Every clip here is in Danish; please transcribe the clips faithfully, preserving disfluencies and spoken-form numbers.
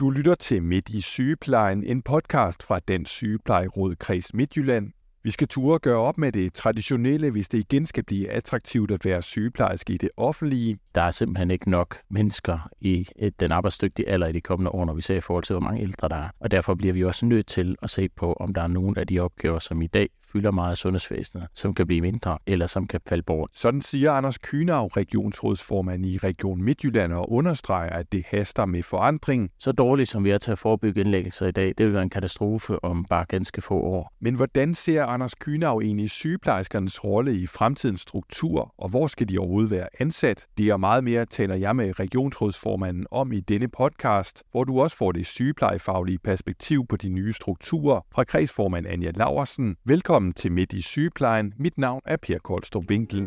Du lytter til Midt i Sygeplejen, en podcast fra Dansk Sygeplejeråd Kreds Midtjylland. Vi skal turde gøre op med det traditionelle, hvis det igen skal blive attraktivt at være sygeplejerske i det offentlige. Der er simpelthen ikke nok mennesker i den arbejdsdygtige alder i de kommende år, når vi ser i forhold til, hvor mange ældre der er. Og derfor bliver vi også nødt til at se på, om der er nogle af de opgaver, som i dag fylder meget af sundhedsvæsenet, som kan blive mindre, eller som kan falde bort. Sådan siger Anders Kühnau, regionsrådsformand i Region Midtjylland, og understreger, at det haster med forandring. Så dårligt som vi er til at forebygge indlæggelser i dag, det vil være en katastrofe om bare ganske få år. Men hvordan ser Anders Kühnau egentlig sygeplejerskernes rolle i fremtidens struktur, og hvor skal de overhovedet være ansat? Det og meget mere taler jeg med regionsrådsformanden om i denne podcast, hvor du også får det sygeplejefaglige perspektiv på de nye strukturer fra kredsformand Anja Laursen. Velkommen til Midt i Sygeplejen. Mit navn er Per Koldstrup Winkel.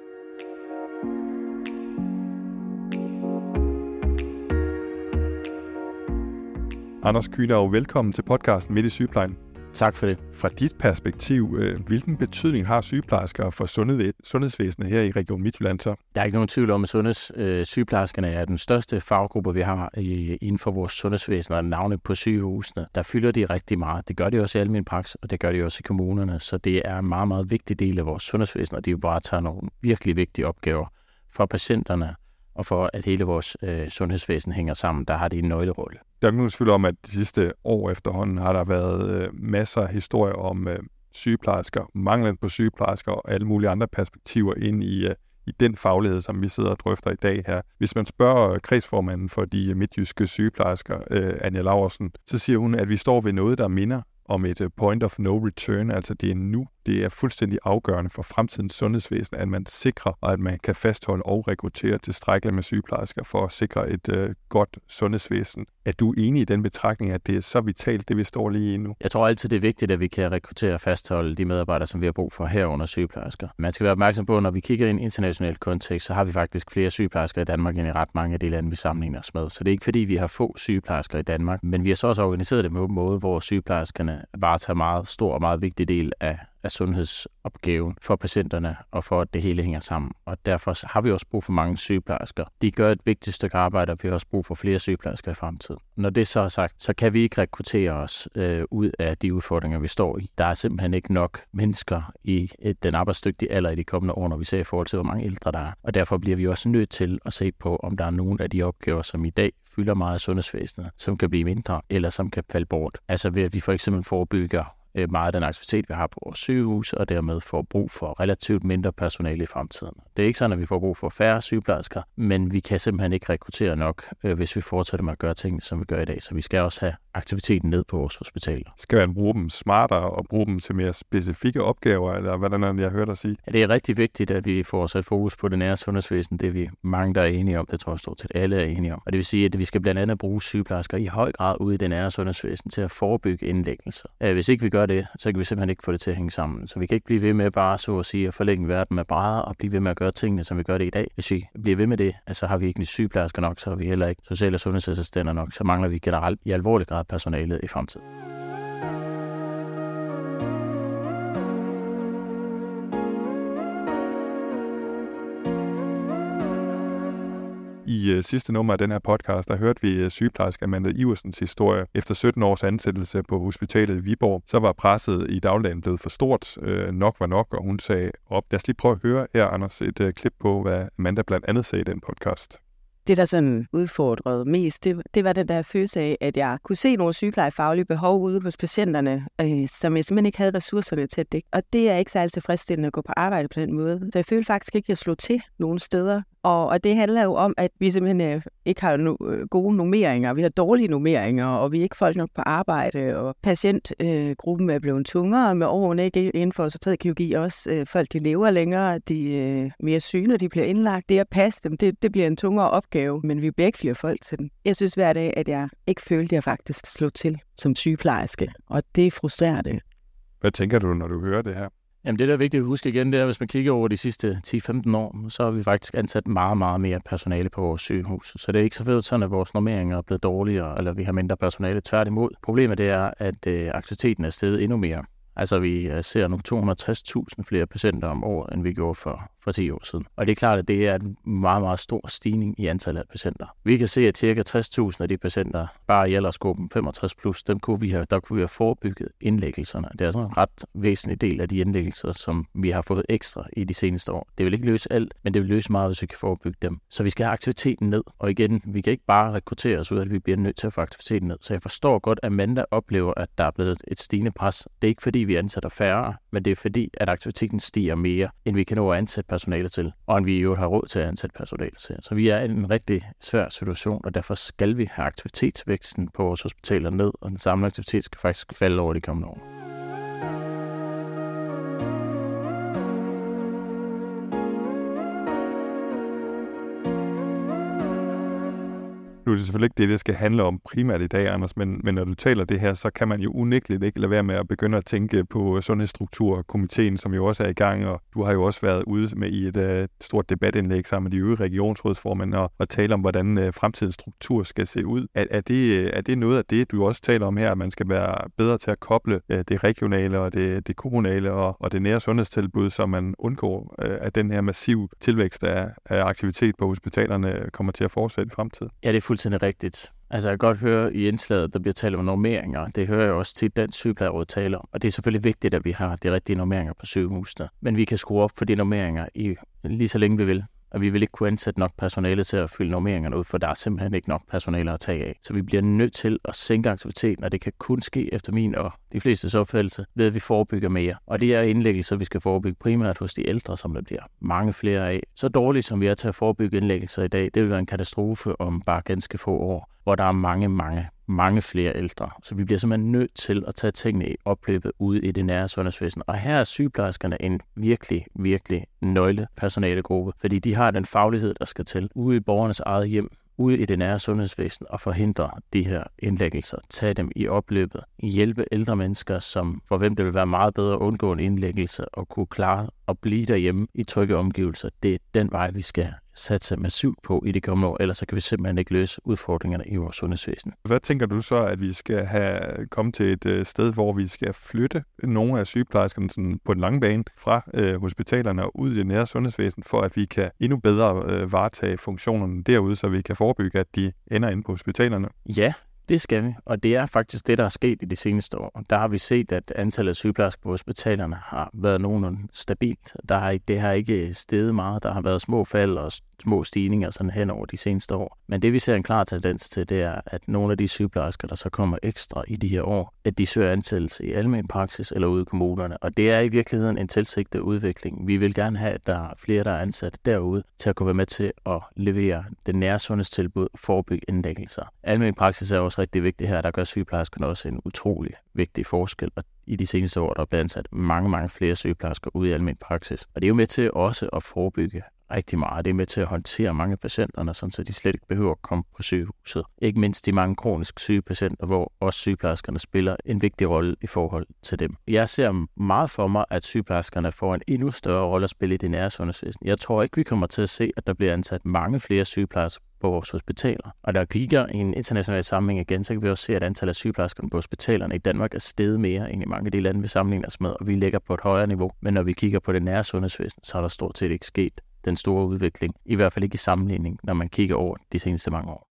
Anders Kühnau, velkommen til podcasten Midt i Sygeplejen. Tak for det. Fra dit perspektiv, hvilken betydning har sygeplejersker for sundhedsvæsenet her i Region Midtjylland så? Der er ikke nogen tvivl om, at sundheds, øh, sygeplejerskerne er den største faggruppe, vi har i, inden for vores sundhedsvæsen, og navnet på sygehusene. Der fylder de rigtig meget. Det gør de også i almen praksis, og det gør de også i kommunerne. Så det er en meget, meget vigtig del af vores sundhedsvæsen, og de jo bare tager nogle virkelig vigtige opgaver for patienterne, og for at hele vores øh, sundhedsvæsen hænger sammen. Der har de en nøglerolle. Der er ikke nogen tvivl om, at de sidste år efterhånden har der været øh, masser af historier om øh, sygeplejersker, manglen på sygeplejersker og alle mulige andre perspektiver ind i, øh, i den faglighed, som vi sidder og drøfter i dag her. Hvis man spørger kredsformanden for de midtjyske sygeplejersker, øh, Anja Laursen, så siger hun, at vi står ved noget, der minder om et point of no return, altså det er nu. Det er fuldstændig afgørende for fremtidens sundhedsvæsen, at man sikrer, at man kan fastholde og rekruttere tilstrækkeligt med sygeplejersker for at sikre et øh, godt sundhedsvæsen. Er du enig i den betragtning, at det er så vitalt, det vi står lige i nu? Jeg tror altid, det er vigtigt, at vi kan rekruttere og fastholde de medarbejdere, som vi har brug for herunder sygeplejersker. Man skal være opmærksom på, at når vi kigger i en international kontekst, så har vi faktisk flere sygeplejersker i Danmark end i ret mange af de lande, vi sammenligner os med. Så det er ikke fordi, vi har få sygeplejersker i Danmark, men vi har så også organiseret det på en måde, hvor sygeplejerskerne varetager meget stor og meget vigtig del af af sundhedsopgaven for patienterne og for, at det hele hænger sammen. Og derfor har vi også brug for mange sygeplejersker. De gør et vigtigt stykke arbejde, og vi har også brug for flere sygeplejersker i fremtiden. Når det så er sagt, så kan vi ikke rekruttere os øh, ud af de udfordringer, vi står i. Der er simpelthen ikke nok mennesker i et, den arbejdsdygtige alder i de kommende år, når vi ser i forhold til, hvor mange ældre der er. Og derfor bliver vi også nødt til at se på, om der er nogle af de opgaver, som i dag fylder meget af sundhedsvæsenet, som kan blive mindre, eller som kan falde bort. Altså ved, at vi for eksempel forebygger meget af den aktivitet, vi har på vores sygehus, og dermed får brug for relativt mindre personale i fremtiden. Det er ikke sådan, at vi får brug for færre sygeplejersker, men vi kan simpelthen ikke rekruttere nok, hvis vi fortsætter med at gøre ting, som vi gør i dag. Så vi skal også have aktiviteten ned på vores hospitaler. Skal man bruge dem smartere og bruge dem til mere specifikke opgaver, eller hvordan jeg hørt dig sige? Ja, det er rigtig vigtigt, at vi får sat fokus på det nære sundhedsvæsen. Det er vi mange, der er enige om. Det tror jeg stort set alle er enige om. Og det vil sige, at vi skal blandt andet bruge sygeplejersker i høj grad ude i det nære sundhedsvæsen til at forebygge indlæggelser. Hvis ikke vi gør det, så kan vi simpelthen ikke få det til at hænge sammen. Så vi kan ikke blive ved med bare så at sige at forlænge verden med brædder og blive ved med at gøre tingene, som vi gør det i dag. Hvis vi bliver ved med det, så har vi ikke sygeplejersker nok, så har vi heller ikke social- og sundhedsassistenter nok, så mangler vi generelt i alvorlig grad personalet i fremtiden. I uh, sidste nummer af den her podcast, der hørte vi uh, sygeplejerske Amanda Iversens historie. Efter sytten års ansættelse på hospitalet i Viborg, så var presset i dagligdagen blevet for stort. Uh, nok var nok, og hun sagde op. Lad os lige prøve at høre her, Anders, et uh, klip på, hvad Amanda blandt andet sagde i den podcast. Det, der sådan udfordrede mest, det, det var den der følelse af, at jeg kunne se nogle sygeplejefaglige behov ude hos patienterne, øh, som jeg simpelthen ikke havde ressourcerne til at dække. Og det er ikke særlig tilfredsstillende at gå på arbejde på den måde. Så jeg følte faktisk ikke, at jeg slog til nogen steder. Og, og det handler jo om, at vi simpelthen øh, ikke har no, øh, gode normeringer. Vi har dårlige normeringer, og vi er ikke folk nok på arbejde. Og patientgruppen øh, er blevet tungere med årene, ikke inden for ortopædkirurgi også. Øh, folk, de lever længere, de er øh, mere syge, når de bliver indlagt. Det at passe dem, det, det bliver en tungere opgave, men vi bliver ikke flere folk til den. Jeg synes hver dag, at jeg ikke følte, at jeg faktisk slog til som sygeplejerske, og det er frustrerende. Hvad tænker du, når du hører det her? Jamen det, der er vigtigt at huske igen, det er, at hvis man kigger over de sidste ti til femten år, så har vi faktisk ansat meget, meget mere personale på vores sygehus. Så det er ikke så fedt sådan, at vores normeringer er blevet dårligere, eller vi har mindre personale. Tværtimod. Problemet det er, at øh, aktiviteten er steget endnu mere. Altså vi ser nu to hundrede og tres tusind flere patienter om året, end vi gjorde for, for ti år siden. Og det er klart, at det er en meget, meget stor stigning i antallet af patienter. Vi kan se, at ca. tres tusind af de patienter, bare i aldersgruppen femogtres plus, dem kunne vi have, der kunne vi have forebygget indlæggelserne. Det er altså en ret væsentlig del af de indlæggelser, som vi har fået ekstra i de seneste år. Det vil ikke løse alt, men det vil løse meget, hvis vi kan forebygge dem. Så vi skal have aktiviteten ned. Og igen, vi kan ikke bare rekruttere os ud, at vi bliver nødt til at få aktiviteten ned. Så jeg forstår godt, at Amanda oplever, at der er blevet et stigende pres. Det er ikke fordi, vi ansætter færre, men det er fordi, at aktiviteten stiger mere, end vi kan nå at ansætte personale til, og end vi jo har råd til at ansætte personale til. Så vi er i en rigtig svær situation, og derfor skal vi have aktivitetsvæksten på vores hospitaler ned, og den samlede aktivitet skal faktisk falde over de kommende år. Nu er det selvfølgelig ikke det, det skal handle om primært i dag, Anders, men, men når du taler det her, så kan man jo unægteligt ikke lade være med at begynde at tænke på Sundhedsstrukturkomiteen, som jo også er i gang, og du har jo også været ude med i et uh, stort debatindlæg sammen med de øvrige regionsrådsformænd og, og tale om, hvordan uh, fremtidens struktur skal se ud. Er, er, det, er det noget af det, du også taler om her, at man skal være bedre til at koble uh, det regionale og det, det kommunale og, og det nære sundhedstilbud, så man undgår, uh, at den her massive tilvækst af, af aktivitet på hospitalerne kommer til at fortsætte i fremtiden? Ja, det er fuldstændig rigtigt. Altså jeg kan godt høre i indslaget, der bliver talt om normeringer. Det hører jeg også tit Dansk Sygeplejeråd tale om. Og det er selvfølgelig vigtigt, at vi har de rigtige normeringer på sygehusene. Men vi kan skrue op for de normeringer i lige så længe vi vil. Og vi vil ikke kunne ansætte nok personale til at fylde normeringerne ud, for der er simpelthen ikke nok personale at tage af. Så vi bliver nødt til at sænke aktiviteten, og det kan kun ske efter min og de flestes opfattelse, ved at vi forebygger mere. Og det er indlæggelser, vi skal forebygge primært hos de ældre, som der bliver mange flere af. Så dårligt som vi er til at forebygge indlæggelser i dag, det vil være en katastrofe om bare ganske få år, hvor der er mange, mange, mange flere ældre. Så vi bliver simpelthen nødt til at tage tingene i opløbet ude i det nære sundhedsvæsen. Og her er sygeplejerskerne en virkelig, virkelig nøglepersonalegruppe, fordi de har den faglighed, der skal til ude i borgernes eget hjem, ude i det nære sundhedsvæsen og forhindre de her indlæggelser. Tag dem i opløbet. Hjælpe ældre mennesker, som for hvem det vil være meget bedre at undgå en indlæggelse og kunne klare at blive derhjemme i trygge omgivelser. Det er den vej, vi skal satse massivt på i de kommende år, ellers så kan vi simpelthen ikke løse udfordringerne i vores sundhedsvæsen. Hvad tænker du så, at vi skal have kommet til et sted, hvor vi skal flytte nogle af sygeplejerskerne sådan på den lange bane fra øh, hospitalerne og ud i det nære sundhedsvæsen, for at vi kan endnu bedre øh, varetage funktionerne derude, så vi kan forebygge, at de ender inde på hospitalerne? Ja, det skal vi, og det er faktisk det, der er sket i de seneste år. Der har vi set, at antallet af sygeplejersker på hospitalerne har været nogenlunde stabilt. Der har ikke, det har ikke steget meget. Der har været små fald og små stigninger sådan hen over de seneste år. Men det vi ser en klar tendens til, det er, at nogle af de sygeplejersker, der så kommer ekstra i de her år, at de søger ansættelse i almen praksis eller ude i kommunerne. Og det er i virkeligheden en tilsigtet udvikling. Vi vil gerne have, at der er flere, der er ansat derude, til at kunne være med til at levere det nære sundhedstilbud og forebygge indlæggelser. Almen praksis er også rigtig vigtigt her. Der gør sygeplejerskerne også en utrolig vigtig forskel. Og i de seneste år, der er blevet ansat mange, mange flere sygeplejersker ude i almen praksis. Og det er jo med til også at forebygge rigtig meget. Det er med til at håndtere mange patienterne, så de slet ikke behøver at komme på sygehuset. Ikke mindst de mange kronisk syge patienter, hvor også sygeplejerskerne spiller en vigtig rolle i forhold til dem. Jeg ser meget for mig, at sygeplejerskerne får en endnu større rolle at spille i det nære sundhedsvæsen. Jeg tror ikke, vi kommer til at se, at der bliver ansat mange flere sygeplejersker på vores hospitaler. Og der kigger i en international sammenhæng igen, så kan vi også se, at antallet af sygeplejersker på hospitalerne i Danmark er steget mere end i mange af de lande, vi sammenligner os med, og vi ligger på et højere niveau. Men når vi kigger på det nære sundhedsvæsen, så er der stort set ikke sket den store udvikling. I hvert fald ikke i sammenligning, når man kigger over de seneste mange år.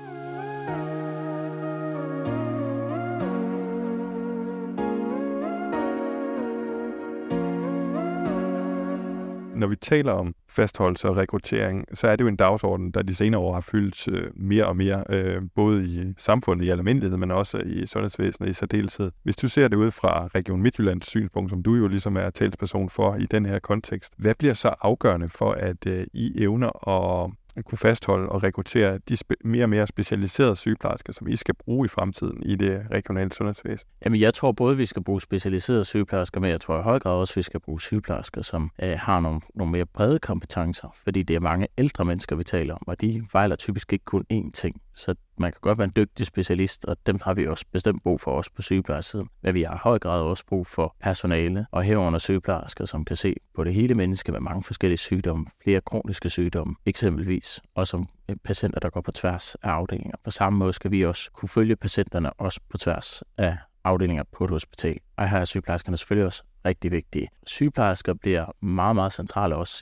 Når vi taler om fastholdelse og rekruttering, så er det jo en dagsorden, der de senere år har fyldt øh, mere og mere, øh, både i samfundet i almindelighed, men også i sundhedsvæsenet i særdeleshed. Hvis du ser det ud fra Region Midtjyllands synspunkt, som du jo ligesom er talsperson for i den her kontekst, hvad bliver så afgørende for, at øh, I evner at kunne fastholde og rekruttere de spe- mere og mere specialiserede sygeplejersker, som I skal bruge i fremtiden i det regionale sundhedsvæsen? Jamen, jeg tror både, vi skal bruge specialiserede sygeplejersker, men jeg tror i høj grad også, vi skal bruge sygeplejersker, som øh, har nogle, nogle mere brede kompetencer, fordi det er mange ældre mennesker, vi taler om, og de fejler typisk ikke kun én ting. Så man kan godt være en dygtig specialist, og dem har vi også bestemt brug for os på sygeplejersiden. Men vi har i høj grad også brug for personale og herunder sygeplejersker, som kan se på det hele menneske med mange forskellige sygdomme, flere kroniske sygdomme eksempelvis, og som patienter, der går på tværs af afdelinger. På samme måde skal vi også kunne følge patienterne også på tværs af afdelinger på et hospital. Og her er sygeplejerskerne selvfølgelig også rigtig vigtige. Sygeplejersker bliver meget, meget centrale også i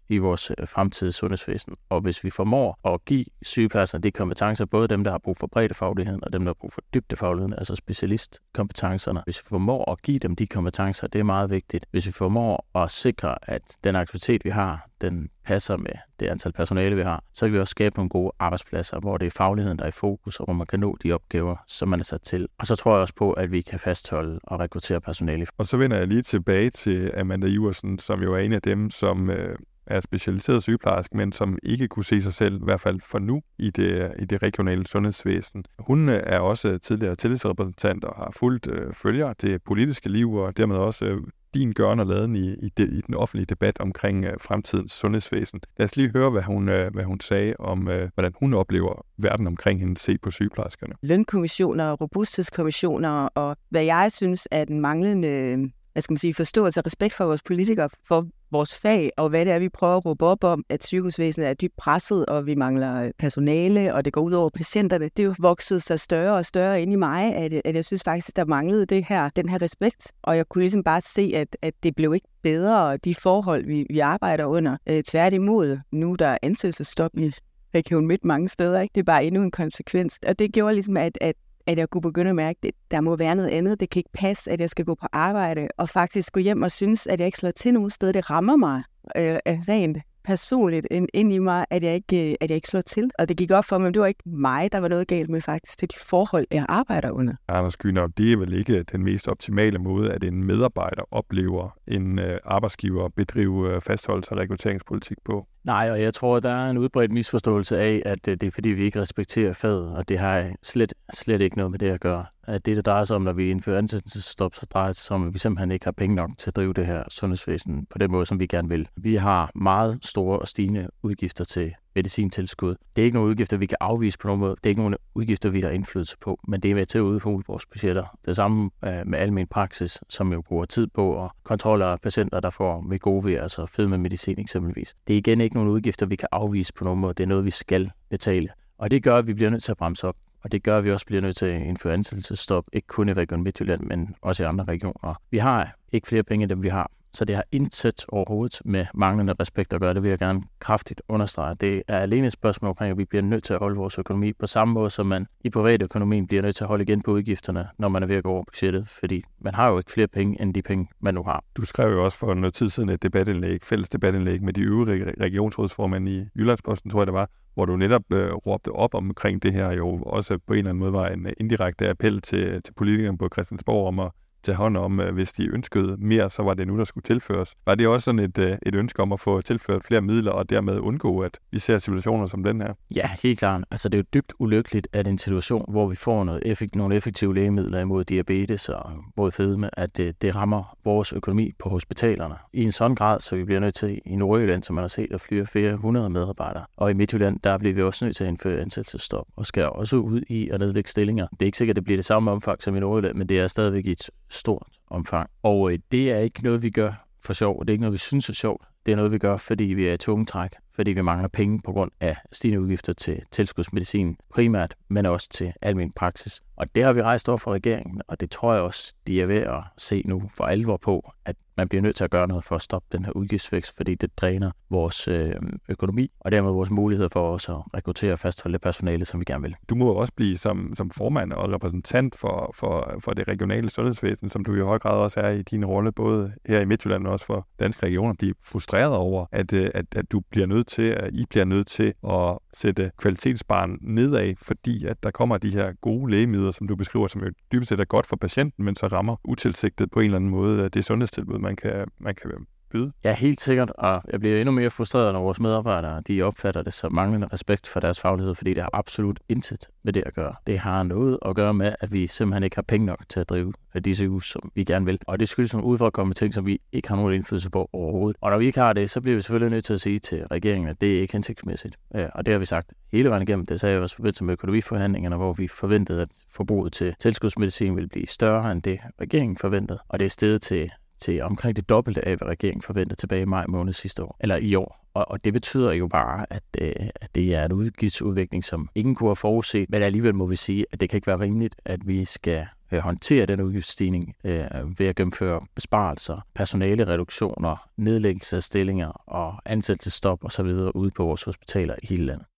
i vores fremtidige sundhedsvæsen. Og hvis vi formår at give sygeplejerskerne de kompetencer, både dem, der har brug for breddefagligheden, og dem, der har brug for dybdefagligheden, altså specialistkompetencerne. Hvis vi formår at give dem de kompetencer, det er meget vigtigt. Hvis vi formår at sikre, at den aktivitet, vi har, den passer med det antal personale, vi har, så kan vi også skabe nogle gode arbejdspladser, hvor det er fagligheden, der er i fokus, og hvor man kan nå de opgaver, som man er sat til. Og så tror jeg også på, at vi kan fastholde og rekruttere personale. Og så vender jeg lige tilbage til Amanda Iversen, som jo er en af dem, som øh, er specialiseret sygeplejerske, men som ikke kunne se sig selv, i hvert fald for nu, i det, i det regionale sundhedsvæsen. Hun øh, er også tidligere tillidsrepræsentant og har fulgt øh, følger det politiske liv, og dermed også øh, din gøren og laden i, i, de, i den offentlige debat omkring øh, fremtidens sundhedsvæsen. Lad os lige høre, hvad hun, øh, hvad hun sagde om, øh, hvordan hun oplever verden omkring hende se på sygeplejerskerne. Lønkommissioner, robusthedskommissioner og hvad jeg synes er den manglende hvad skal man sige, forståelse og respekt for vores politikere, for vores fag, og hvad det er, vi prøver at råbe op om, at sygehusvæsenet er dybt presset, og vi mangler personale, og det går ud over patienterne. Det er jo vokset sig større og større ind i mig, at, at jeg synes faktisk, at der manglede det her, den her respekt, og jeg kunne ligesom bare se, at, at det blev ikke bedre, de forhold, vi, vi arbejder under. Øh, tværtimod, nu der er ansættelsesstop i Region Midt mange steder, ikke? Det er bare endnu en konsekvens, og det gjorde ligesom, at, at at jeg kunne begynde at mærke, at der må være noget andet. Det kan ikke passe, at jeg skal gå på arbejde og faktisk gå hjem og synes, at jeg ikke slår til nogen sted. Det rammer mig øh, rent personligt ind, ind i mig, at jeg, ikke, at jeg ikke slår til. Og det gik op for mig, men det var ikke mig, der var noget galt med faktisk. Det er de forhold, jeg arbejder under. Anders Gyner, det er vel ikke den mest optimale måde, at en medarbejder oplever en øh, arbejdsgiver bedrive øh, fastholdelse og rekrutteringspolitik på? Nej, og jeg tror, der er en udbredt misforståelse af, at det er fordi, vi ikke respekterer faget, og det har slet, slet ikke noget med det at gøre. At det, der drejer sig om, når vi indfører ansættelsesstop, så drejer det sig om, at vi simpelthen ikke har penge nok til at drive det her sundhedsvæsen på den måde, som vi gerne vil. Vi har meget store og stigende udgifter til medicintilskud. Det er ikke nogle udgifter, vi kan afvise på nogen måde. Det er ikke nogle udgifter, vi har indflydelse på, men det er med til at udhule vores budgetter. Det samme med almen praksis, som jo bruger tid på, og kontroller af patienter, der får Wegovy, altså fedmemedicin eksempelvis. Det er igen ikke nogle udgifter, vi kan afvise på nogen måde. Det er noget, vi skal betale. Og det gør, at vi bliver nødt til at bremse op. Og det gør, at vi også bliver nødt til at indføre ansættelsesstop, ikke kun i Region Midtjylland, men også i andre regioner. Vi har ikke flere penge, end dem vi har. Så det har intet overhovedet med manglende respekt at gøre. Det vil jeg gerne kraftigt understrege. Det er alene et spørgsmål omkring, at vi bliver nødt til at holde vores økonomi på samme måde, som man i privatøkonomien bliver nødt til at holde igen på udgifterne, når man er ved at gå over budgettet. Fordi man har jo ikke flere penge, end de penge, man nu har. Du skrev jo også for noget tid siden et debatindlæg, fælles debatindlæg med de øvrige regionsrådsformænd i Jyllandsposten, tror jeg det var, hvor du netop øh, råbte op omkring det her, jo også på en eller anden måde var en indirekte appel til, til politikerne på Christiansborg om at tage hånd om, hvis de ønskede mere, så var det nu, der skulle tilføres. Var det også sådan et, et ønske om at få tilført flere midler, og dermed undgå, at vi ser situationer som den her? Ja, helt klart. Altså, det er jo dybt ulykkeligt, at en situation, hvor vi får noget effekt, nogle effektive lægemidler imod diabetes og mod fedme, at det, det rammer vores økonomi på hospitalerne. I en sådan grad, så vi bliver nødt til i Nordjylland, som man har set, at flyre flere hundrede medarbejdere. Og i Midtjylland, der bliver vi også nødt til at indføre ansættelsesstop og skal også ud i at nedlægge stillinger. Det er ikke sikkert, at det bliver det samme omfang som i Nordjylland, men det er stadigvæk et stort omfang. Og øh, det er ikke noget, vi gør for sjov. Det er ikke noget, vi synes er sjovt. Det er noget, vi gør, fordi vi er i tunge træk, fordi vi mangler penge på grund af stigende udgifter til tilskudsmedicin primært, men også til almen praksis. Og det har vi rejst over for regeringen, og det tror jeg også, de er ved at se nu for alvor på, at man bliver nødt til at gøre noget for at stoppe den her udgiftsvækst, fordi det dræner vores øh, økonomi, og dermed vores muligheder for også at rekruttere og fastholde personale, som vi gerne vil. Du må også blive som, som formand og repræsentant for, for, for det regionale sundhedsvæsen, som du i høj grad også er i din rolle, både her i Midtjylland og også for danske regioner, blive frustreret over, at, at, at du bliver nødt til, at I bliver nødt til at sætte kvalitetsbarren nedad, fordi at der kommer de her gode lægemidler, som du beskriver, som jo dybest set er godt for patienten, men så rammer utilsigtet på en eller anden måde det sundhedstilbud, man kan, man kan byde. Ja, helt sikkert, og jeg bliver endnu mere frustreret, når vores medarbejdere de opfatter det som manglende respekt for deres faglighed, fordi det har absolut intet med det at gøre. Det har noget at gøre med, at vi simpelthen ikke har penge nok til at drive de sygehus, som vi gerne vil. Og det skyldes nogle udefrakommende ting, som vi ikke har nogen indflydelse på overhovedet. Og når vi ikke har det, så bliver vi selvfølgelig nødt til at sige til regeringen, at det er ikke hensigtsmæssigt. Og det har vi sagt hele vejen igennem. Det sagde jeg også i forbindelse med økonomiforhandlingerne, hvor vi forventede, at forbruget til tilskudsmedicin ville blive større end det, regeringen forventede. Og det er steget til til omkring det dobbelte af, hvad regeringen forventede tilbage i maj måned sidste år, eller i år. Og, og det betyder jo bare, at, øh, at det er en udgiftsudvikling, som ingen kunne have forudset, men alligevel må vi sige, at det kan ikke være rimeligt, at vi skal øh, håndtere den udgiftsstigning øh, ved at gennemføre besparelser, personalereduktioner, nedlæggelse af stillinger og ansættelsesstop osv. ude på vores hospitaler i hele landet.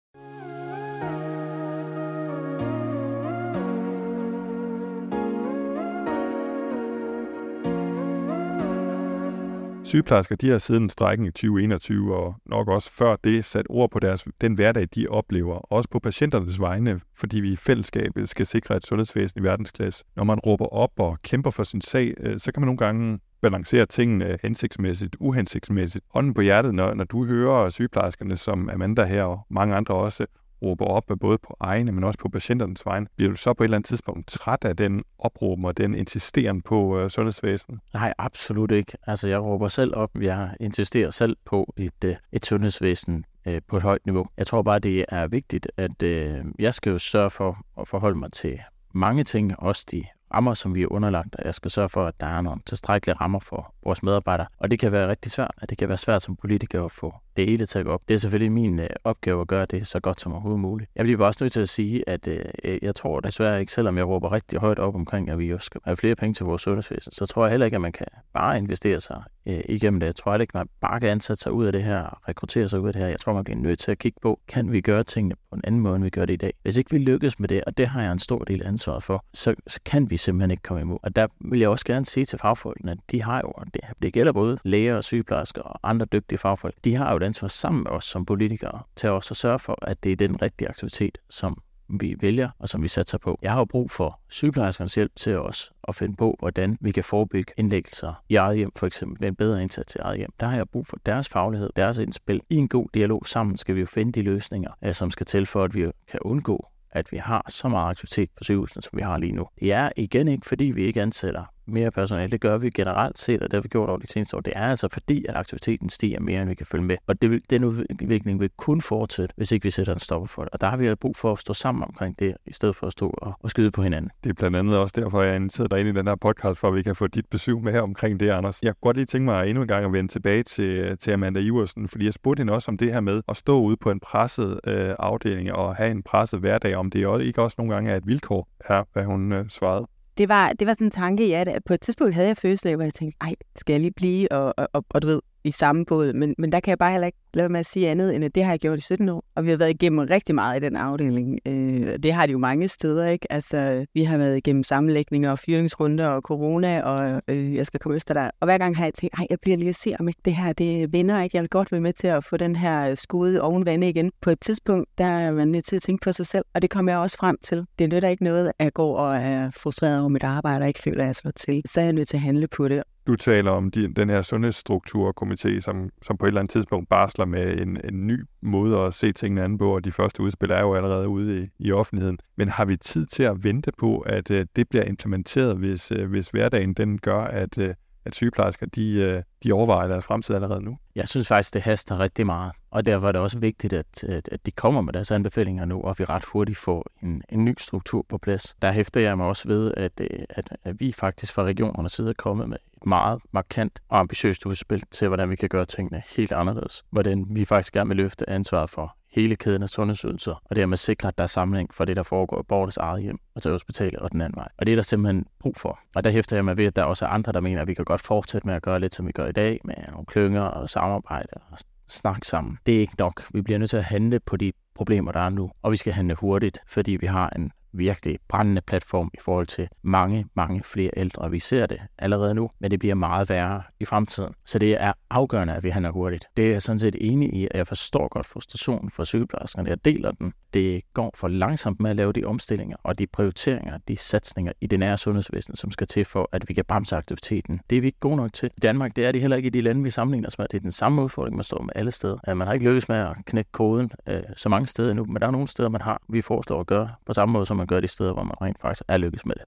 Sygeplejersker, de har siden strejken i tyve enogtyve og nok også før det sat ord på deres, den hverdag, de oplever. Også på patienternes vegne, fordi vi i fællesskabet skal sikre et sundhedsvæsen i verdensklasse. Når man råber op og kæmper for sin sag, så kan man nogle gange balancere tingene hensigtsmæssigt, uhensigtsmæssigt. Hånden på hjertet, når, når du hører sygeplejerskerne, som Amanda her og mange andre også, råber op både på egne, men også på patienternes vegne. Bliver du så på et eller andet tidspunkt træt af den opråben og den insisteren på uh, sundhedsvæsenet? Nej, absolut ikke. Altså, jeg råber selv op. Jeg insisterer selv på et, et sundhedsvæsen øh, på et højt niveau. Jeg tror bare, det er vigtigt, at øh, jeg skal jo sørge for at forholde mig til mange ting, også de rammer, som vi er underlagt, og jeg skal sørge for, at der er nogle tilstrækkelige rammer for vores medarbejdere. Og det kan være rigtig svært, at det kan være svært som politiker at få det hele til at gå op. Det er selvfølgelig min øh, opgave at gøre det så godt som overhovedet muligt. Jeg bliver bare også nødt til at sige, at øh, jeg tror desværre ikke, selvom jeg råber rigtig højt op omkring, at vi også skal have flere penge til vores sundhedsvæsen, så tror jeg heller ikke, at man kan bare investere sig øh, igennem det. Jeg tror heller ikke, at man bare kan ansætte sig ud af det her og rekruttere sig ud af det her. Jeg tror, man bliver nødt til at kigge på, kan vi gøre tingene på en anden måde, end vi gør det i dag. Hvis ikke vi lykkes med det, og det har jeg en stor del ansvar for, så, så kan vi simpelthen ikke komme imod. Og der vil jeg også gerne sige til fagfolkene, at de har jo, det, det gælder både læger og sygeplejersker og andre dygtige fagfolk, de har jo et ansvar sammen med os som politikere til også at sørge for, at det er den rigtige aktivitet, som vi vælger og som vi satser på. Jeg har jo brug for sygeplejerskernes hjælp til os at finde på, hvordan vi kan forebygge indlæggelser i eget hjem, for eksempel med en bedre indsats i eget hjem. Der har jeg brug for deres faglighed, deres indspil. I en god dialog sammen skal vi jo finde de løsninger, som skal til for, at vi kan undgå, at vi har så meget aktivitet på sygehusene, som vi har lige nu. Det er igen ikke, fordi vi ikke ansætter mere personale. Det gør vi generelt set, og det har vi gjort over de seneste år. Det er altså fordi, at aktiviteten stiger mere, end vi kan følge med. Og det vil, den udvikling vil kun fortsætte, hvis ikke vi sætter en stopper for det. Og der har vi brug for at stå sammen omkring det, i stedet for at stå og, og skyde på hinanden. Det er blandt andet også derfor, jeg er inviteret dig ind i den her podcast, for at vi kan få dit besøg med her omkring det, Anders. Jeg kunne godt lige tænke mig endnu en gang at vende tilbage til, til Amanda Iversen, fordi jeg spurgte hende også om det her med at stå ude på en presset øh, afdeling og have en presset hverdag, om det også, ikke også nogle gange er et vilkår, her, hvad hun øh, svarede. Det var, det var sådan en tanke, ja, at på et tidspunkt havde jeg følelse af, hvor jeg tænkte, ej, skal jeg lige blive, og, og, og, og du ved, i samme båd. Men, men der kan jeg bare heller ikke lade med at sige andet, end at det har jeg gjort i sytten år. Og vi har været igennem rigtig meget i den afdeling. Øh, det har de jo mange steder, ikke? Altså, vi har været igennem sammenlægninger og fyringsrunder og corona, og øh, jeg skal komme efter dig. Og hver gang har jeg tænkt, ej, jeg bliver lige at se, om ikke det her, det vinder, ikke? Jeg vil godt være med til at få den her skude oven vande igen. På et tidspunkt, der er man nødt til at tænke på sig selv, og det kommer jeg også frem til. Det nytter ikke noget, at jeg går og er frustreret over mit arbejde, og ikke føler, at jeg slår til. Så er jeg nødt til at handle på det. Du taler om de, den her sundhedsstrukturkomité, som, som på et eller andet tidspunkt barsler med en, en ny måde at se tingene an på, og de første udspil er jo allerede ude i, i offentligheden. Men har vi tid til at vente på, at uh, det bliver implementeret, hvis, uh, hvis hverdagen den gør, at, uh, at sygeplejersker de, uh, de overvejer deres fremtid allerede nu? Jeg synes faktisk, det haster rigtig meget, og derfor er det også vigtigt, at, at, at de kommer med deres anbefalinger nu, og vi ret hurtigt får en, en ny struktur på plads. Der hæfter jeg mig også ved, at, at, at vi faktisk fra regionernes side er kommet med et meget markant og ambitiøst udspil til, hvordan vi kan gøre tingene helt anderledes. Hvordan vi faktisk gerne vil løfte ansvaret for hele kæden af sundhedsydelser, og dermed sikre, at der er sammenhæng for det, der foregår i borgernes eget hjem og til hospitalet og den anden vej. Og det er der simpelthen brug for. Og der hæfter jeg mig ved, at der også er andre, der mener, at vi kan godt fortsætte med at gøre lidt, som vi gør i dag, med nogle klynger og samarbejde og snakke sammen. Det er ikke nok. Vi bliver nødt til at handle på de problemer, der er nu, og vi skal handle hurtigt, fordi vi har en virkelig brændende platform i forhold til mange, mange flere ældre. Vi ser det allerede nu, men det bliver meget værre i fremtiden. Så det er afgørende, at vi handler hurtigt. Det er jeg sådan set enig i, at jeg forstår godt frustrationen for sygeplejerskerne. Jeg deler den. Det går for langsomt med at lave de omstillinger og de prioriteringer, de satsninger i det nære sundhedsvæsen, som skal til for, at vi kan bremse aktiviteten. Det er vi ikke gode nok til. I Danmark, det er de heller ikke i de lande, vi sammenligner os med. Det er den samme udfordring, man står med alle steder. Man har ikke lykkes med at knække koden øh, så mange steder endnu, men der er nogle steder, man har. Vi foreslår at gøre på samme måde, som man gør de steder, hvor man rent faktisk er lykkes med det.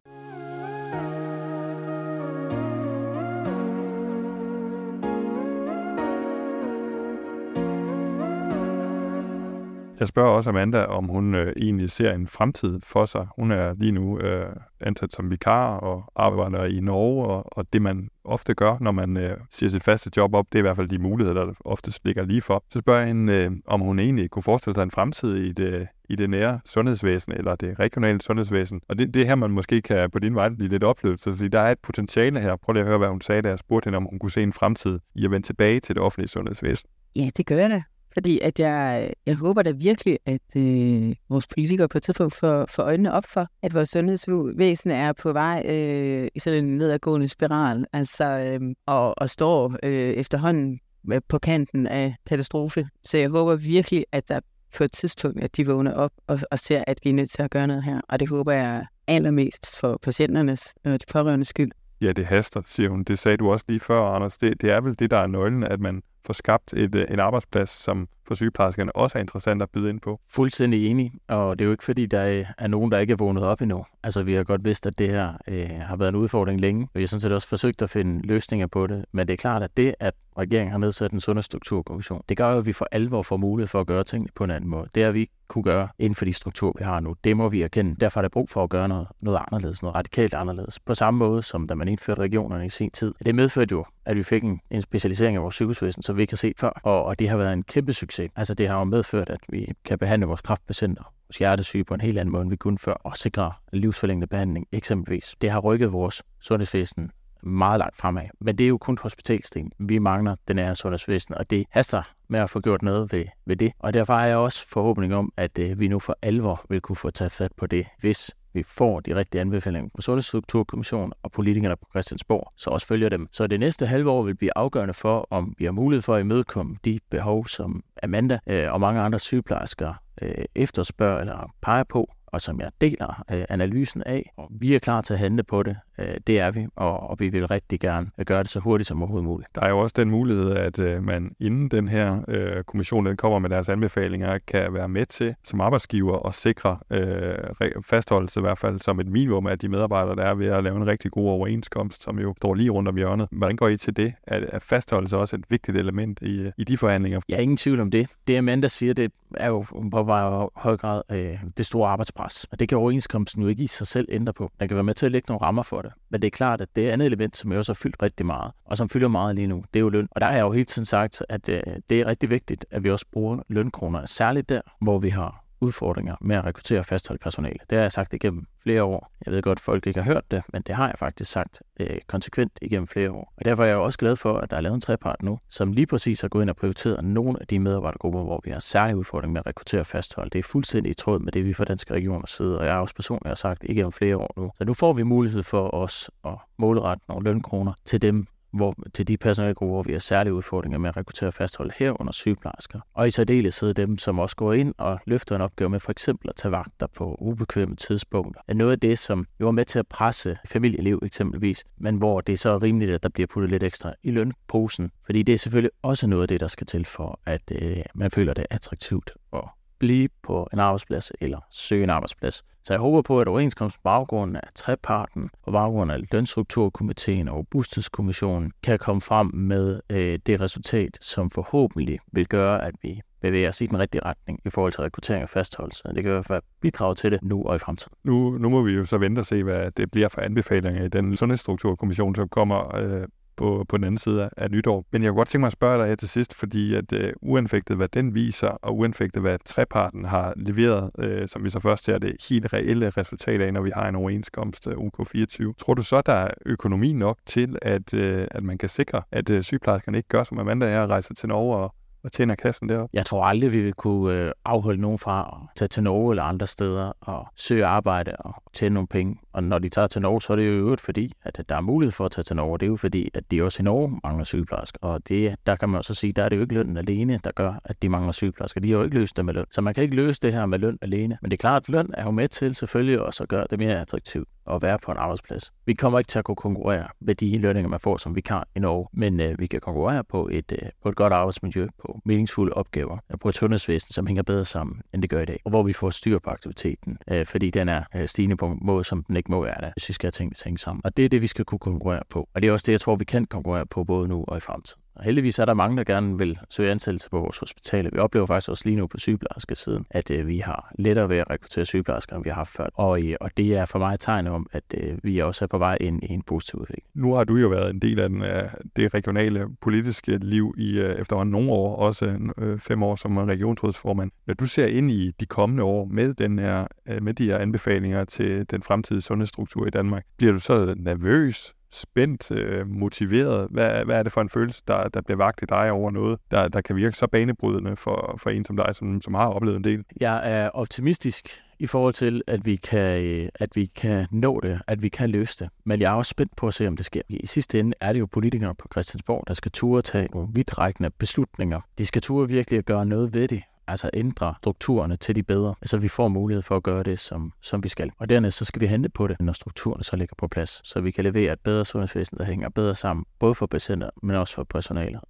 Jeg spørger også Amanda, om hun øh, egentlig ser en fremtid for sig. Hun er lige nu øh, ansat som vikar og arbejder i Norge, og, og det man ofte gør, når man øh, siger sit faste job op, det er i hvert fald de muligheder, der oftest ligger lige for. Så spørger jeg hende, øh, om hun egentlig kunne forestille sig en fremtid i et, øh, i det nære sundhedsvæsen eller det regionale sundhedsvæsen. Og det, det her, man måske kan på din vej blive lidt oplevet. Så der er et potentiale her. Prøv lige at høre, hvad hun sagde, da jeg spurgte hende, om hun kunne se en fremtid i at vende tilbage til det offentlige sundhedsvæsen. Ja, det gør jeg da. Fordi at jeg, jeg håber da virkelig, at øh, vores politikere på et tidspunkt får, får øjnene op for, at vores sundhedsvæsen er på vej øh, i sådan en nedadgående spiral, altså øh, og, og står øh, efterhånden på kanten af katastrofe. Så jeg håber virkelig, at der på et tidspunkt, at de vågner op og, og ser, at vi er nødt til at gøre noget her. Og det håber jeg allermest for patienternes og de pårørendes skyld. Ja, det haster, siger hun. Det sagde du også lige før, Anders. Det, det er vel det, der er nøglen, at man får skabt et, en arbejdsplads, som for sygeplejerskerne også er interessant at byde ind på. Fuldstændig enig, og det er jo ikke fordi, der er nogen, der ikke er vågnet op endnu. Altså, vi har godt vidst, at det her øh, har været en udfordring længe, og vi har sådan set også forsøgt at finde løsninger på det. Men det er klart, at det, at regeringen har nedsat en sundhedsstrukturkommission, det gør jo, at vi for alvor får mulighed for at gøre tingene på en anden måde. Det har vi ikke kunne gøre inden for de strukturer, vi har nu. Det må vi erkende. Derfor er der brug for at gøre noget, noget anderledes, noget radikalt anderledes. På samme måde, som da man indførte regionerne i sin tid. Det medførte jo, at vi fik en, en specialisering af vores sygehusvæsen, som vi ikke har set før, og, og det har været en kæmpe succes. Altså, det har jo medført, at vi kan behandle vores kræftpatienter, vores hjertesyge på en helt anden måde, end vi kunne før, og sikre livsforlængende behandling eksempelvis. Det har rykket vores sundhedsvæsen meget langt fremad. Men det er jo kun hospitalsdelen. Vi mangler den nære sundhedsvæsen, og det haster med at få gjort noget ved, ved det. Og derfor har jeg også forhåbning om, at øh, vi nu for alvor vil kunne få taget fat på det, hvis vi får de rigtige anbefalinger på Sundhedsstrukturkommissionen og politikerne på Christiansborg, så også følger dem. Så det næste halve år vil blive afgørende for, om vi har mulighed for at imødekomme de behov, som Amanda øh, og mange andre sygeplejersker øh, efterspørger eller peger på, og som jeg deler øh, analysen af. Og vi er klar til at handle på det. Øh, det er vi, og, og vi vil rigtig gerne gøre det så hurtigt som overhovedet muligt. Der er jo også den mulighed, at øh, man inden den her øh, kommission den kommer med deres anbefalinger, kan være med til som arbejdsgiver at sikre øh, fastholdelse i hvert fald som et minimum af de medarbejdere, der er ved at lave en rigtig god overenskomst, som jo står lige rundt om hjørnet. Hvordan går I til det? Er fastholdelse også et vigtigt element i, i de forhandlinger? Jeg er ingen tvivl om det. Det Amanda siger, det er jo på høj grad øh, det store arbejdspres. Og det kan overenskomsten jo ikke i sig selv ændre på. Der kan være med til at lægge nogle rammer for det. Men det er klart, at det andet element, som jo også har fyldt rigtig meget, og som fylder meget lige nu, det er jo løn. Og der har jeg jo hele tiden sagt, at øh, det er rigtig vigtigt, at vi også bruger lønkroner, særligt der, hvor vi har udfordringer med at rekruttere og fastholde personale. Det har jeg sagt igennem flere år. Jeg ved godt, at folk ikke har hørt det, men det har jeg faktisk sagt øh, konsekvent igennem flere år. Og derfor er jeg jo også glad for, at der er lavet en trepart nu, som lige præcis har gået ind og prioriteret nogle af de medarbejdergrupper, hvor vi har særlige udfordringer med at rekruttere og fastholde. Det er fuldstændig i tråd med det, vi fra Danske Regioner side, og jeg har også personligt har sagt igennem flere år nu. Så nu får vi mulighed for os at målrette nogle lønkroner til dem, hvor, til de personalegrupper, hvor vi har særlige udfordringer med at rekruttere og fastholde herunder sygeplejersker. Og i særdeleshed dem, som også går ind og løfter en opgave med for eksempel at tage vagter på ubekvemme tidspunkter. Er noget af det, som jo er med til at presse familieliv eksempelvis, men hvor det er så rimeligt, at der bliver puttet lidt ekstra i lønposen. Fordi det er selvfølgelig også noget af det, der skal til for, at øh, man føler det attraktivt at blive på en arbejdsplads eller søge en arbejdsplads. Så jeg håber på, at overenskomsten på baggrund af treparten og baggrund af lønstrukturkomiteen og robusthedskommissionen kan komme frem med øh, det resultat, som forhåbentlig vil gøre, at vi bevæger os i den rigtige retning i forhold til rekruttering og fastholdelse. Det kan i hvert fald bidrage til det nu og i fremtiden. Nu, nu må vi jo så vente og se, hvad det bliver for anbefalinger i den sundhedsstrukturkommission, som kommer øh På, på den anden side af nytår. Men jeg kunne godt tænke mig at spørge dig her til sidst, fordi at uh, uanfægtet hvad den viser, og uanfægtet hvad treparten har leveret, uh, som vi så først ser det helt reelle resultat af, når vi har en overenskomst uh, U K fireogtyve. Tror du så, der er økonomi nok til, at, uh, at man kan sikre, at uh, sygeplejerskerne ikke gør, som Amanda er, rejser til Norge og og tjener kassen deroppe? Jeg tror aldrig, vi vil kunne øh, afholde nogen fra at tage til Norge eller andre steder og søge arbejde og tjene nogle penge. Og når de tager til Norge, så er det jo øvrigt fordi, at der er mulighed for at tage til Norge. Det er jo fordi, at de også i Norge mangler sygeplejersker. Og det, der kan man også sige, der er det jo ikke lønnen alene, der gør, at de mangler sygeplejersker. De har jo ikke løst det med løn. Så man kan ikke løse det her med løn alene. Men det er klart, at løn er jo med til selvfølgelig også at gøre det mere attraktivt at være på en arbejdsplads. Vi kommer ikke til at kunne konkurrere med de lønninger, man får som vikar i Norge, men øh, vi kan konkurrere på et, øh, på et godt arbejdsmiljø, på meningsfulde opgaver, på et sundhedsvæsen, som hænger bedre sammen, end det gør i dag, og hvor vi får styr på aktiviteten, øh, fordi den er øh, stigende på en måde, som den ikke må være der, hvis vi skal have tingene tænkt sammen. Og det er det, vi skal kunne konkurrere på. Og det er også det, jeg tror, vi kan konkurrere på både nu og i fremtiden. Og heldigvis er der mange, der gerne vil søge ansættelse på vores hospitaler. Vi oplever faktisk også lige nu på sygeplejerskesiden, at øh, vi har lettere ved at rekruttere sygeplejersker, end vi har haft før. Og, øh, og det er for mig et tegn om, at øh, vi også er på vej ind i en positiv udvikling. Nu har du jo været en del af den, uh, det regionale politiske liv i uh, efterhånden nogle år, også uh, fem år som regionsrådsformand. Når du ser ind i de kommende år med, den her, uh, med de her anbefalinger til den fremtidige sundhedsstruktur i Danmark, bliver du så nervøs, spændt, øh, motiveret? Hvad, hvad er det for en følelse, der, der bliver vagt i dig over noget, der, der kan virke så banebrydende for, for en som dig, som, som har oplevet en del? Jeg er optimistisk i forhold til, at vi, kan, at vi kan nå det, at vi kan løse det. Men jeg er også spændt på at se, om det sker. I sidste ende er det jo politikere på Christiansborg, der skal turde tage nogle vidtrækkende beslutninger. De skal turde virkelig at gøre noget ved det. Altså ændre strukturerne til de bedre, så vi får mulighed for at gøre det, som, som vi skal. Og dernæst så skal vi hente på det, når strukturerne så ligger på plads, så vi kan levere et bedre sundhedsvæsen, der hænger bedre sammen, både for patienter, men også for personalet.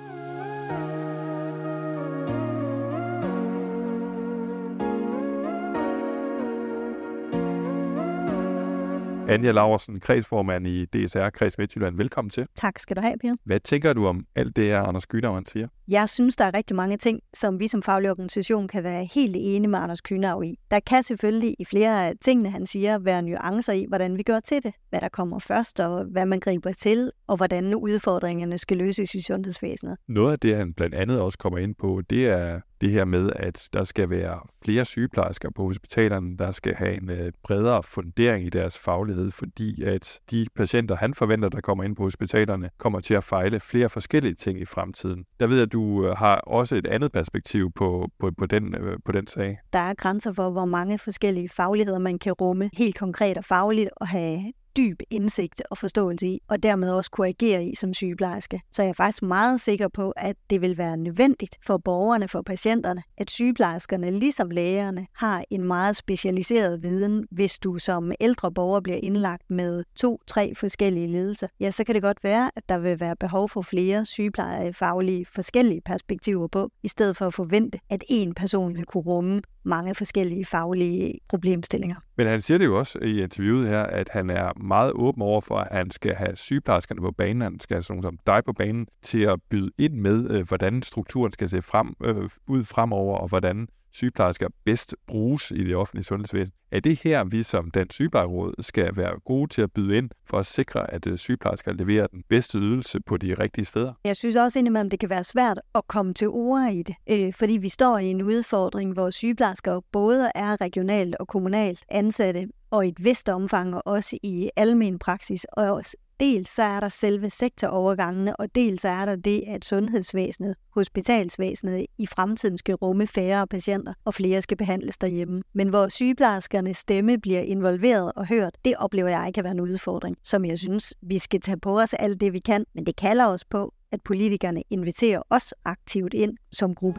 Anja Laursen, kredsformand i D S R, Kreds Midtjylland. Velkommen til. Tak skal du have, Per. Hvad tænker du om alt det her, Anders Kühnau siger? Jeg synes, der er rigtig mange ting, som vi som faglig organisation kan være helt enige med Anders Kühnau i. Der kan selvfølgelig i flere af tingene, han siger, være nuancer i, hvordan vi gør til det. Hvad der kommer først, og hvad man griber til, og hvordan udfordringerne skal løses i sundhedsvæsenet. Noget af det, han blandt andet også kommer ind på, det er det her med, at der skal være flere sygeplejersker på hospitalerne, der skal have en øh, bredere fundering i deres faglighed, fordi at de patienter, han forventer, der kommer ind på hospitalerne, kommer til at fejle flere forskellige ting i fremtiden. Der ved jeg, at du øh, har også et andet perspektiv på, på, på, den, øh, på den sag. Der er grænser for, hvor mange forskellige fagligheder man kan rumme helt konkret og fagligt og have dyb indsigt og forståelse i, og dermed også kunne agere i som sygeplejerske. Så jeg er faktisk meget sikker på, at det vil være nødvendigt for borgerne, for patienterne, at sygeplejerskerne, ligesom lægerne, har en meget specialiseret viden. Hvis du som ældre borger bliver indlagt med to, tre forskellige lidelser, ja, så kan det godt være, at der vil være behov for flere sygeplejefaglige forskellige perspektiver på, i stedet for at forvente, at én person vil kunne rumme mange forskellige faglige problemstillinger. Men han siger det jo også i interviewet her, at han er meget åben over for, at han skal have sygeplejerskerne på banen, han skal have sådan som dig på banen, til at byde ind med, øh, hvordan strukturen skal se frem, øh, ud fremover, og hvordan sygeplejersker bedst bruges i det offentlige sundhedsvæsen. Er det her, vi som Dansk Sygeplejeråd skal være gode til at byde ind for at sikre, at sygeplejersker leverer den bedste ydelse på de rigtige steder? Jeg synes også indimellem, det kan være svært at komme til ord i det, øh, fordi vi står i en udfordring, hvor sygeplejersker både er regionalt og kommunalt ansatte, og i et vist omfang også i almen praksis, og dels så er der selve sektorovergangene, og dels er der det, at sundhedsvæsenet, hospitalsvæsenet i fremtiden skal rumme færre patienter, og flere skal behandles derhjemme. Men hvor sygeplejerskernes stemme bliver involveret og hørt, det oplever jeg kan være en udfordring, som jeg synes, vi skal tage på os alt det, vi kan. Men det kalder os på, at politikerne inviterer os aktivt ind som gruppe.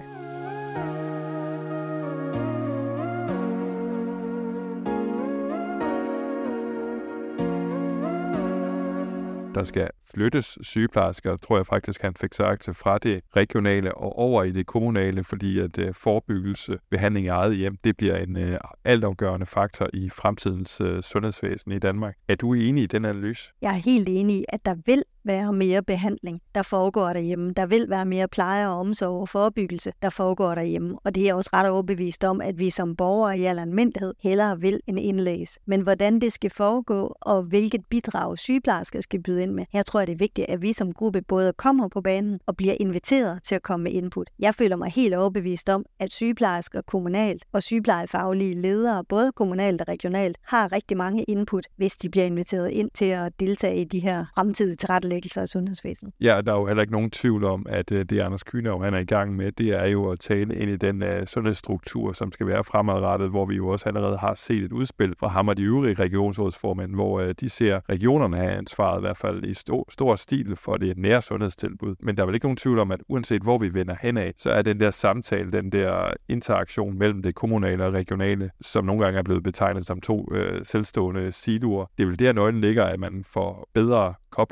Der skal flyttes sygeplejersker, tror jeg faktisk, han fik sagt, fra det regionale og over i det kommunale, fordi at uh, forebyggelse, behandling i eget hjem, det bliver en uh, altafgørende faktor i fremtidens uh, sundhedsvæsen i Danmark. Er du enig i den analyse? Jeg er helt enig i, at der vil være mere behandling, der foregår derhjemme. Der vil være mere pleje og omsorg og forebyggelse, der foregår derhjemme. Og det er også ret overbevist om, at vi som borgere i al almindelighed hellere vil end indlæse. Men hvordan det skal foregå, og hvilket bidrag sygeplejersker skal byde ind med, her tror jeg, det er vigtigt, at vi som gruppe både kommer på banen og bliver inviteret til at komme med input. Jeg føler mig helt overbevist om, at sygeplejersker kommunalt og sygeplejefaglige ledere, både kommunalt og regionalt, har rigtig mange input, hvis de bliver inviteret ind til at deltage i de her fremtidige tilrettelæggelser af sundhedsvæsenet. Ja, der er jo heller ikke nogen tvivl om, at det Anders Kühnau, han er i gang med, det er jo at tale ind i den uh, sundhedsstruktur, som skal være fremadrettet, hvor vi jo også allerede har set et udspil fra ham og de øvrige regionsrådsformænd, hvor uh, de ser regionerne have ansvaret i hvert fald i stor, stor stil for det nære sundhedstilbud. Men der er vel ikke nogen tvivl om, at uanset hvor vi vender henad, så er den der samtale, den der interaktion mellem det kommunale og regionale, som nogle gange er blevet betegnet som to uh, selvstående siloer. Det er vel der nøglen ligger, at man får bedre kobling mellem de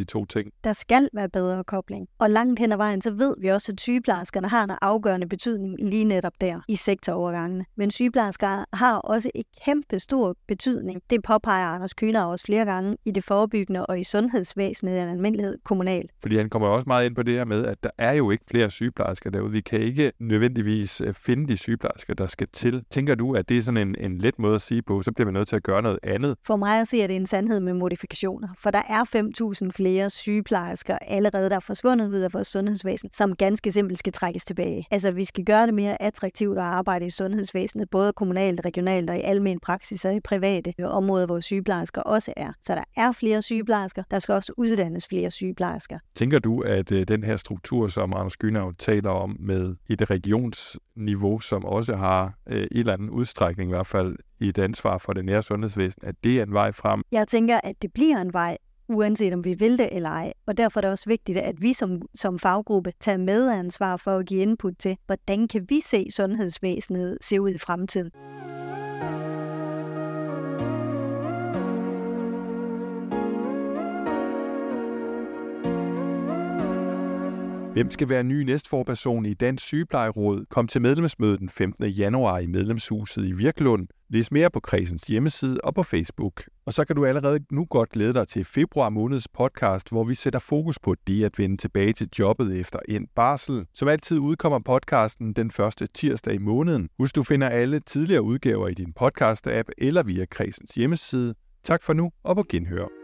to ting? Der skal være bedre kobling. Og langt hen ad vejen, så ved vi også, at sygeplejerskerne har en afgørende betydning lige netop der i sektorovergangene. Men sygeplejersker har også et kæmpe stor betydning. Det påpeger Anders Kühner også flere gange i det forebyggende og i sundhedsvæsenet i en almindelighed kommunalt. Fordi han kommer også meget ind på det her med, at der er jo ikke flere sygeplejersker derude. Vi kan ikke nødvendigvis finde de sygeplejersker, der skal til. Tænker du, at det er sådan en, en let måde at sige på, så bliver vi nødt til at gøre noget andet? For mig at se, at det er en sandhed med modifikationer. For der er fem tusind flere sygeplejersker allerede, der er forsvundet ud af vores sundhedsvæsen, som ganske simpelt skal trækkes tilbage. Altså, vi skal gøre det mere attraktivt at arbejde i sundhedsvæsenet, både kommunalt, regionalt og i almen praksis og i private områder, hvor sygeplejersker også er. Så der er flere sygeplejersker, der skal også uddannes flere sygeplejersker. Tænker du, at øh, den her struktur, som Anders Kühner taler om med et regionsniveau, som også har øh, en eller anden udstrækning i hvert fald i et ansvar for det nære sundhedsvæsen, at det er en vej frem? Jeg tænker, at det bliver en vej, uanset om vi vil det eller ej. Og derfor er det også vigtigt, at vi som, som faggruppe tager medansvar for at give input til, hvordan kan vi se sundhedsvæsenet se ud i fremtiden. Hvem skal være ny næstforperson i Dansk Sygeplejeråd? Kom til medlemsmødet den femtende januar i medlemshuset i Virklund. Læs mere på kredsens hjemmeside og på Facebook. Og så kan du allerede nu godt glæde dig til februar måneds podcast, hvor vi sætter fokus på det at vende tilbage til jobbet efter en barsel. Som altid udkommer podcasten den første tirsdag i måneden. Husk, du finder alle tidligere udgaver i din podcast-app eller via kredsens hjemmeside. Tak for nu og på genhør.